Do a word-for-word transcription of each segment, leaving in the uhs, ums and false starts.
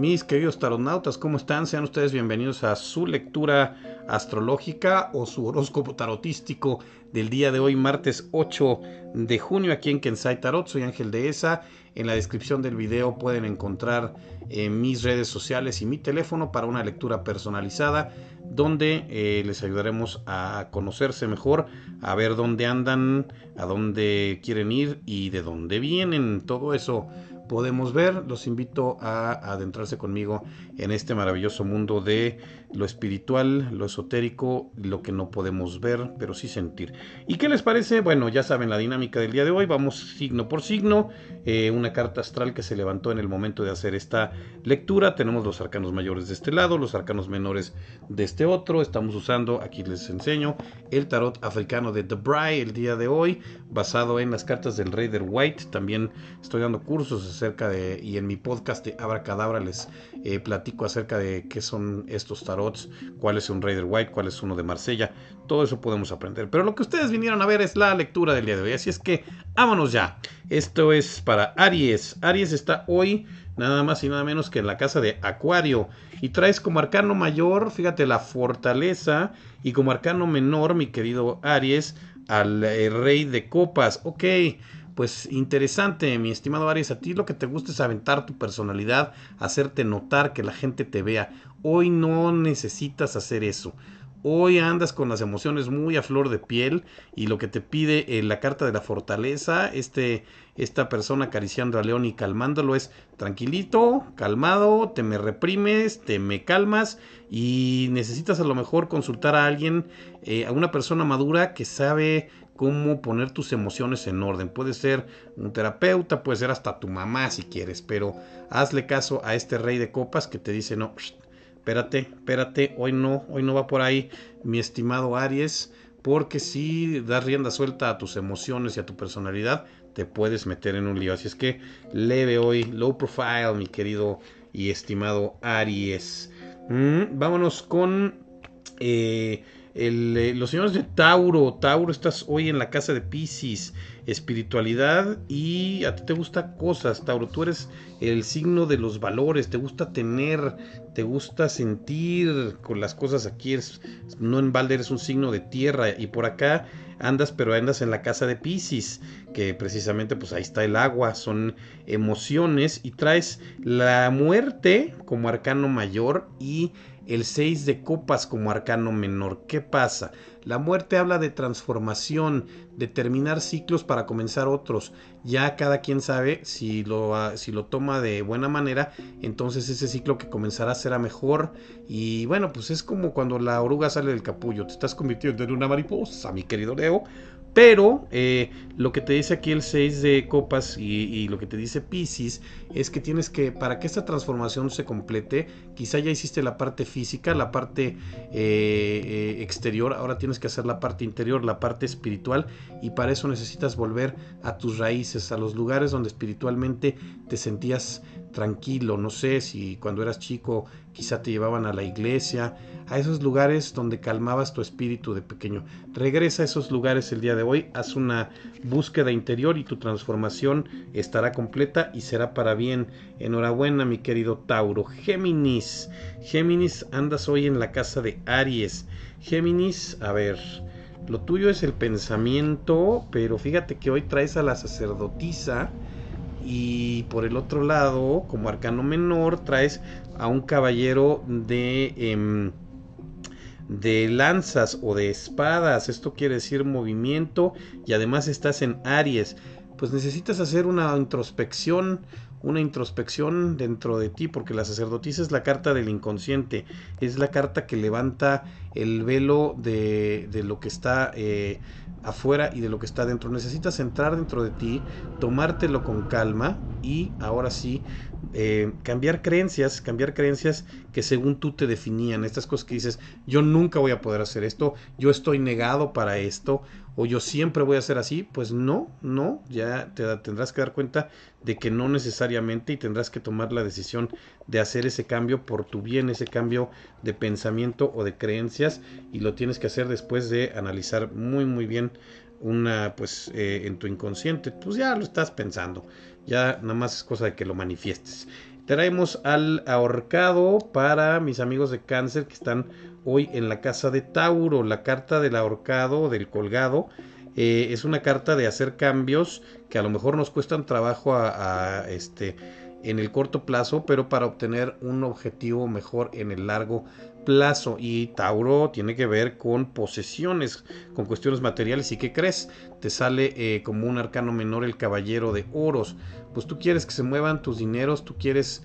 Mis queridos taronautas, ¿cómo están? Sean ustedes bienvenidos a su lectura astrológica o su horóscopo tarotístico del día de hoy, martes ocho de junio, aquí en Kensai Tarot. Soy Ángel Dehesa. En la descripción del video pueden encontrar eh, mis redes sociales y mi teléfono para una lectura personalizada, donde eh, les ayudaremos a conocerse mejor, a ver dónde andan, a dónde quieren ir y de dónde vienen. Todo eso podemos ver. Los invito a adentrarse conmigo en este maravilloso mundo de lo espiritual, lo esotérico, lo que no podemos ver, pero sí sentir. ¿Y qué les parece? Bueno, ya saben la dinámica del día de hoy. Vamos signo por signo. Eh, una carta astral que se levantó en el momento de hacer esta lectura. Tenemos los arcanos mayores de este lado, los arcanos menores de este otro. Estamos usando, aquí les enseño, el tarot africano de The Braille el día de hoy, basado en las cartas del Rider White. También estoy dando cursos acerca de, y en mi podcast de Abracadabra les eh, platico acerca de qué son estos tarots, cuál es un Rider White, cuál es uno de Marsella. Todo eso podemos aprender, pero lo que ustedes vinieron a ver es la lectura del día de hoy, así es que vámonos ya. Esto es para Aries. Aries está hoy nada más y nada menos que en la casa de Acuario, y traes como arcano mayor, fíjate, la fortaleza, y como arcano menor, mi querido Aries, al eh, rey de copas. Ok, pues interesante, mi estimado Aries. A ti lo que te gusta es aventar tu personalidad, hacerte notar, que la gente te vea. Hoy no necesitas hacer eso. Hoy andas con las emociones muy a flor de piel, y lo que te pide eh, la carta de la fortaleza, este, esta persona acariciando a León y calmándolo, es tranquilito, calmado, te me reprimes, te me calmas, y necesitas a lo mejor consultar a alguien, eh, a una persona madura que sabe cómo poner tus emociones en orden. Puede ser un terapeuta, puede ser hasta tu mamá si quieres, pero hazle caso a este rey de copas que te dice no, espérate, espérate, hoy no, hoy no va por ahí, mi estimado Aries, porque si das rienda suelta a tus emociones y a tu personalidad, te puedes meter en un lío. Así es que leve hoy, low profile, mi querido y estimado Aries. Mm, vámonos con eh, el, eh, los señores de Tauro. Tauro, estás hoy en la casa de Piscis, espiritualidad, y a ti te gustan cosas, Tauro. Tú eres el signo de los valores, te gusta tener, te gusta sentir con las cosas. Aquí es, no en balde, eres un signo de tierra, y por acá andas, pero andas en la casa de Piscis, que precisamente pues ahí está el agua, son emociones, y traes la muerte como arcano mayor y el seis de copas como arcano menor. ¿Qué pasa? La muerte habla de transformación, de terminar ciclos para comenzar otros. Ya cada quien sabe si lo, si lo toma de buena manera, entonces ese ciclo que comenzará será mejor. Y bueno, pues es como cuando la oruga sale del capullo, te estás convirtiendo en una mariposa, mi querido Leo. Pero eh, lo que te dice aquí el seis de copas y, y lo que te dice Piscis es que tienes que, para que esta transformación se complete, quizá ya hiciste la parte física, la parte eh, eh, exterior, ahora tienes que hacer la parte interior, la parte espiritual, y para eso necesitas volver a tus raíces, a los lugares donde espiritualmente te sentías tranquilo. No sé si cuando eras chico quizá te llevaban a la iglesia, a esos lugares donde calmabas tu espíritu de pequeño. Regresa a esos lugares el día de hoy, haz una búsqueda interior y tu transformación estará completa y será para bien. Enhorabuena, mi querido Tauro. Géminis, Géminis, andas hoy en la casa de Aries. Géminis, a ver, lo tuyo es el pensamiento, pero fíjate que hoy traes a la sacerdotisa, y por el otro lado, como arcano menor, traes a un caballero de eh, de lanzas o de espadas. Esto quiere decir movimiento, y además estás en Aries. Pues necesitas hacer una introspección, una introspección dentro de ti, porque la sacerdotisa es la carta del inconsciente, es la carta que levanta el velo de, de lo que está eh, afuera y de lo que está dentro. Necesitas entrar dentro de ti, tomártelo con calma, y ahora sí eh, cambiar creencias, cambiar creencias que según tú te definían, estas cosas que dices, yo nunca voy a poder hacer esto, yo estoy negado para esto, o yo siempre voy a ser así. Pues no, no, ya te tendrás que dar cuenta de que no necesariamente, y tendrás que tomar la decisión de hacer ese cambio por tu bien, ese cambio de pensamiento o de creencias, y lo tienes que hacer después de analizar muy muy bien una, pues eh, en tu inconsciente, pues ya lo estás pensando, ya nada más es cosa de que lo manifiestes. Traemos al ahorcado para mis amigos de Cáncer que están hoy en la casa de Tauro. La carta del ahorcado, del colgado, eh, es una carta de hacer cambios que a lo mejor nos cuestan trabajo a, a este en el corto plazo, pero para obtener un objetivo mejor en el largo plazo. Y Tauro tiene que ver con posesiones, con cuestiones materiales. ¿Y qué crees? Te sale eh, como un arcano menor el caballero de oros. Pues tú quieres que se muevan tus dineros, tú quieres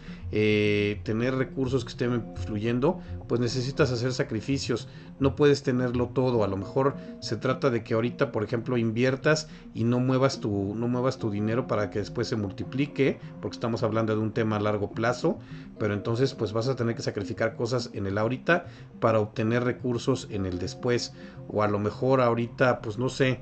eh, tener recursos que estén fluyendo, pues necesitas hacer sacrificios. No puedes tenerlo todo. A lo mejor se trata de que ahorita, por ejemplo, inviertas y no muevas tu, no muevas tu dinero para que después se multiplique, porque estamos hablando de un tema a largo plazo. Pero entonces pues vas a tener que sacrificar cosas en el ahorita para obtener recursos en el después. O a lo mejor ahorita, pues no sé,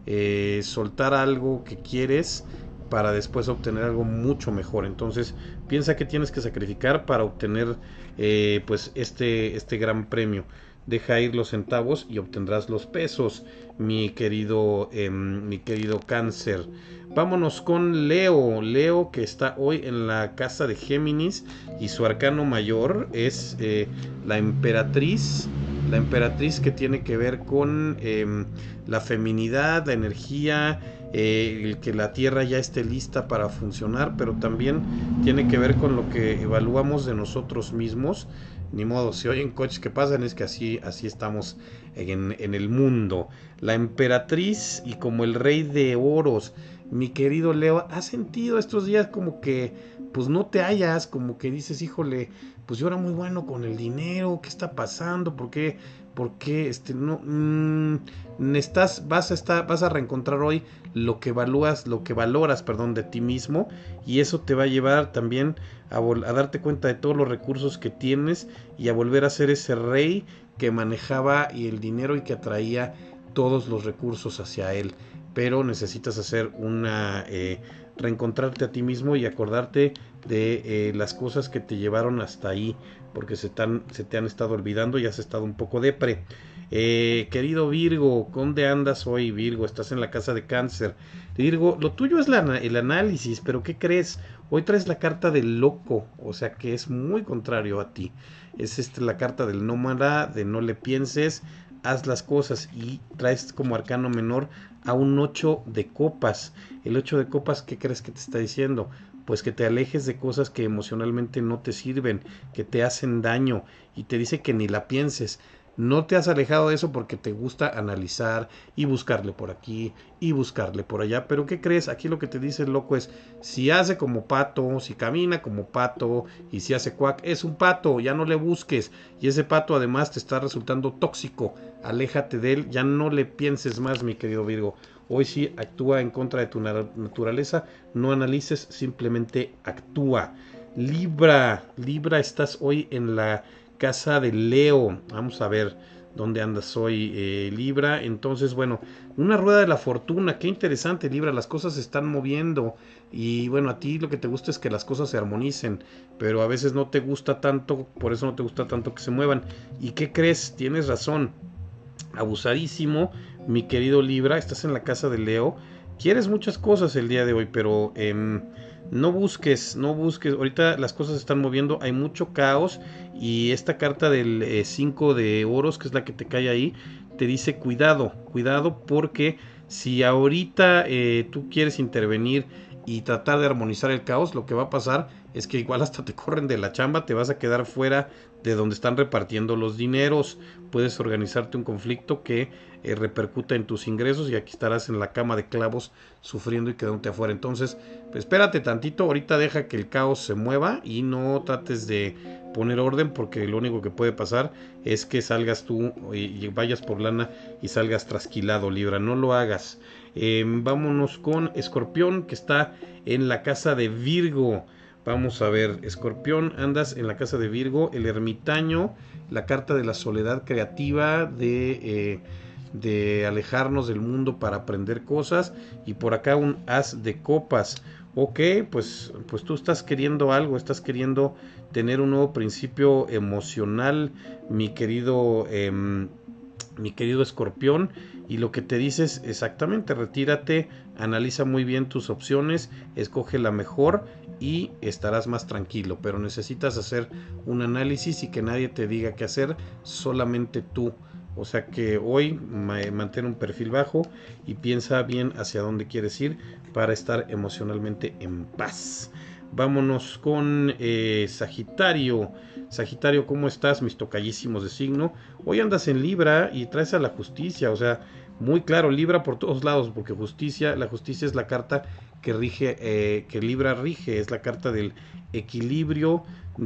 eh, soltar algo que quieres para después obtener algo mucho mejor. Entonces piensa que tienes que sacrificar para obtener eh, pues este, este gran premio. Deja ir los centavos y obtendrás los pesos, mi querido, eh, mi querido Cáncer. Vámonos con Leo. Leo, que está hoy en la casa de Géminis, y su arcano mayor es eh, la emperatriz. La emperatriz, que tiene que ver con eh, la feminidad, la energía, eh, el que la tierra ya esté lista para funcionar, pero también tiene que ver con lo que evaluamos de nosotros mismos. Ni modo, si oyen coches que pasan, es que así, así estamos en, en el mundo. La emperatriz, y como el rey de oros, mi querido Leo, ¿has sentido estos días como que pues no te hallas, como que dices, híjole, pues yo era muy bueno con el dinero, ¿qué está pasando? ¿Por qué? ¿Por qué? Este, no, mmm, estás, vas a estar, vas a reencontrar hoy lo que evalúas, lo que valoras, perdón, de ti mismo, y eso te va a llevar también a, a darte cuenta de todos los recursos que tienes y a volver a ser ese rey que manejaba y el dinero y que atraía todos los recursos hacia él. Pero necesitas hacer una eh, reencontrarte a ti mismo y acordarte de eh, las cosas que te llevaron hasta ahí, porque se te han, se te han estado olvidando y has estado un poco depre. Eh, querido Virgo, ¿dónde andas hoy, Virgo? Estás en la casa de Cáncer. Virgo, lo tuyo es la, el análisis, pero ¿qué crees? Hoy traes la carta del loco, o sea que es muy contrario a ti. Es este, la carta del nómada, de no le pienses, haz las cosas, y traes como arcano menor a un ocho de copas. El ocho de copas, ¿qué crees que te está diciendo? Pues que te alejes de cosas que emocionalmente no te sirven, que te hacen daño, y te dice que ni la pienses. No te has alejado de eso porque te gusta analizar y buscarle por aquí y buscarle por allá. Pero ¿qué crees? Aquí lo que te dice el loco es, si hace como pato, si camina como pato y si hace cuac, es un pato, ya no le busques. Y ese pato además te está resultando tóxico. Aléjate de él, ya no le pienses más, mi querido Virgo. Hoy sí actúa en contra de tu naturaleza, no analices, simplemente actúa. Libra, Libra, estás hoy en la casa de Leo. Vamos a ver dónde andas hoy, eh, Libra. Entonces, bueno, una rueda de la fortuna. Qué interesante, Libra. Las cosas se están moviendo. Y bueno, a ti lo que te gusta es que las cosas se armonicen. Pero a veces no te gusta tanto. Por eso no te gusta tanto que se muevan. ¿Y qué crees? Tienes razón. Abusadísimo, mi querido Libra. Estás en la casa de Leo. Quieres muchas cosas el día de hoy, pero eh, no busques, no busques. Ahorita las cosas se están moviendo, hay mucho caos, y esta carta del cinco eh, de oros, que es la que te cae ahí, te dice cuidado, cuidado, porque si ahorita eh, tú quieres intervenir y tratar de armonizar el caos, lo que va a pasar es que igual hasta te corren de la chamba, te vas a quedar fuera de donde están repartiendo los dineros. Puedes organizarte un conflicto que eh, repercuta en tus ingresos, y aquí estarás en la cama de clavos sufriendo y quedándote afuera. Entonces, pues, espérate tantito, ahorita deja que el caos se mueva y no trates de poner orden, porque lo único que puede pasar es que salgas tú y vayas por lana y salgas trasquilado, Libra. No lo hagas. Eh, vámonos con Escorpión, que está en la casa de Virgo. Vamos a ver, Escorpión, andas en la casa de Virgo, el ermitaño, la carta de la soledad creativa, de, eh, de alejarnos del mundo para aprender cosas, y por acá un as de copas. Ok, pues, pues tú estás queriendo algo, estás queriendo tener un nuevo principio emocional, mi querido, eh, mi querido Escorpión, y lo que te dices exactamente, retírate, analiza muy bien tus opciones, escoge la mejor y estarás más tranquilo, pero necesitas hacer un análisis y que nadie te diga qué hacer, solamente tú. O sea que hoy mantén un perfil bajo y piensa bien hacia dónde quieres ir para estar emocionalmente en paz. Vámonos con eh, Sagitario. Sagitario, ¿cómo estás? Mis tocallísimos de signo. Hoy andas en Libra y traes a la justicia, o sea, muy claro, Libra por todos lados, porque justicia, la justicia es la carta que rige, eh, que Libra rige, es la carta del equilibrio,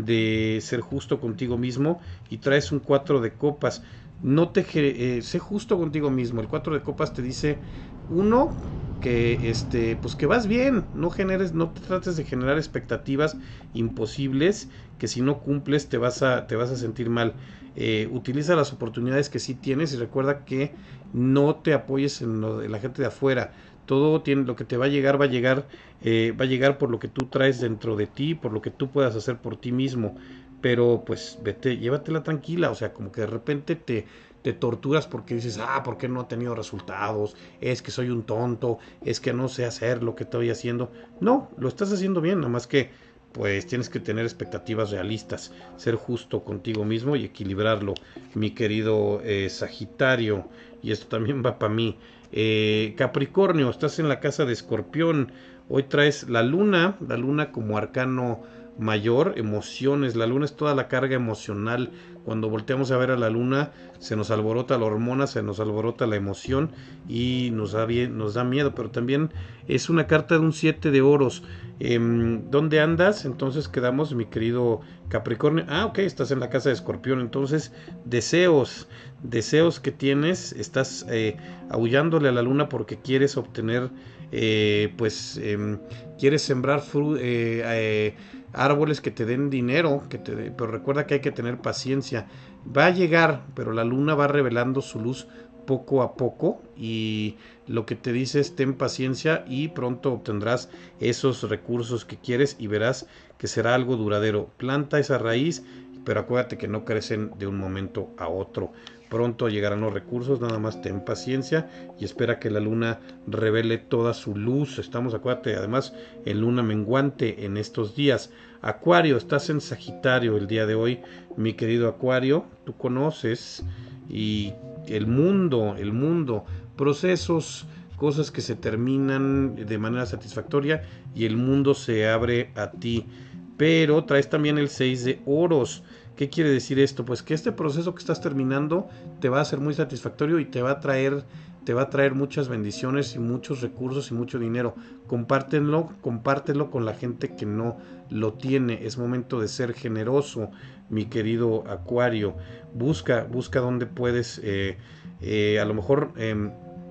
de ser justo contigo mismo, y traes un cuatro de copas. No te eh, sé justo contigo mismo. El cuatro de copas te dice, uno, que este pues que vas bien, no generes, no te trates de generar expectativas imposibles que si no cumples te vas a te vas a sentir mal. Eh, utiliza las oportunidades que sí tienes y recuerda que no te apoyes en lo de la gente de afuera. Todo tiene, lo que te va a llegar va a llegar eh, va a llegar por lo que tú traes dentro de ti, por lo que tú puedas hacer por ti mismo. Pero pues vete, llévatela tranquila, o sea, como que de repente te, te torturas porque dices, ah, ¿por qué no ha tenido resultados? Es que soy un tonto, es que no sé hacer lo que estoy haciendo. No, lo estás haciendo bien, nada más que pues tienes que tener expectativas realistas, ser justo contigo mismo y equilibrarlo, mi querido eh, Sagitario, y esto también va para mí. Eh, Capricornio, estás en la casa de Escorpión, hoy traes la luna, la luna como arcano mayor, emociones, la luna es toda la carga emocional. Cuando volteamos a ver a la luna se nos alborota la hormona, se nos alborota la emoción y nos da, bien, nos da miedo, pero también es una carta de un siete de oros. eh, ¿Dónde andas? Entonces quedamos, mi querido Capricornio. Ah, ok, estás en la casa de Escorpión. Entonces, deseos, deseos que tienes, estás eh, aullándole a la luna porque quieres obtener, eh, pues, eh, quieres sembrar fru eh, eh, árboles que te den dinero, que te de, pero recuerda que hay que tener paciencia. Va a llegar, pero la luna va revelando su luz poco a poco y lo que te dice es ten paciencia y pronto obtendrás esos recursos que quieres y verás que será algo duradero. Planta esa raíz, pero acuérdate que no crecen de un momento a otro. Pronto llegarán los recursos, nada más ten paciencia y espera que la luna revele toda su luz. Estamos, acuérdate, además en luna menguante en estos días. Acuario, estás en Sagitario el día de hoy, mi querido Acuario. Tú conoces y el mundo, el mundo, procesos, cosas que se terminan de manera satisfactoria y el mundo se abre a ti. Pero traes también el seis de oros. ¿Qué quiere decir esto? Pues que este proceso que estás terminando te va a ser muy satisfactorio y te va a traer, te va a traer muchas bendiciones y muchos recursos y mucho dinero. Compártenlo, compártelo con la gente que no lo tiene. Es momento de ser generoso, mi querido Acuario. Busca, busca dónde puedes, eh, eh, a lo mejor eh,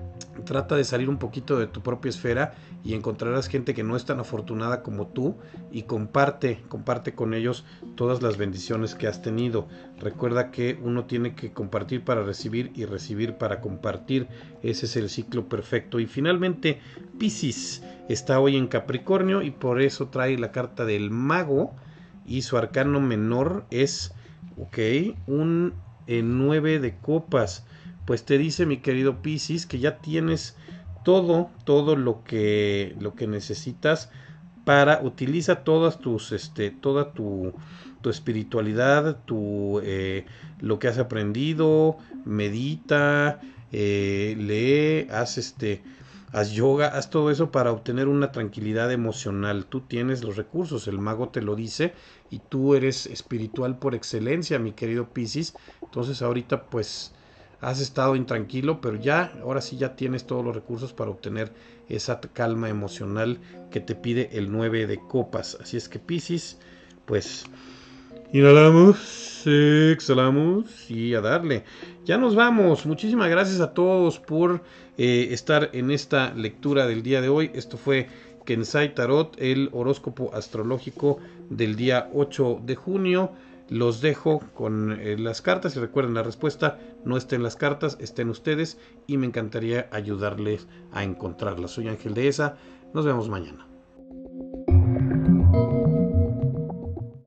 trata de salir un poquito de tu propia esfera y encontrarás gente que no es tan afortunada como tú y comparte, comparte con ellos todas las bendiciones que has tenido. Recuerda que uno tiene que compartir para recibir y recibir para compartir. Ese es el ciclo perfecto. Y finalmente, Piscis está hoy en Capricornio y por eso trae la carta del mago y su arcano menor es, ok, un eh, nueve de copas. Pues te dice, mi querido Piscis, que ya tienes todo, todo lo que, lo que necesitas para, utiliza todas tus, este, toda tu, tu espiritualidad, tu, eh, lo que has aprendido, medita, eh, lee, haz este, haz yoga, haz todo eso para obtener una tranquilidad emocional. Tú tienes los recursos, el mago te lo dice y tú eres espiritual por excelencia, mi querido Piscis. Entonces ahorita pues has estado intranquilo, pero ya, ahora sí ya tienes todos los recursos para obtener esa calma emocional que te pide el nueve de copas. Así es que Piscis, pues inhalamos, exhalamos y a darle. Ya nos vamos. Muchísimas gracias a todos por eh, estar en esta lectura del día de hoy. Esto fue Kensai Tarot, el horóscopo astrológico del día ocho de junio. Los dejo con eh, las cartas y recuerden, la respuesta no está en las cartas, está en ustedes y me encantaría ayudarles a encontrarlas. Soy Ángel Dehesa, nos vemos mañana.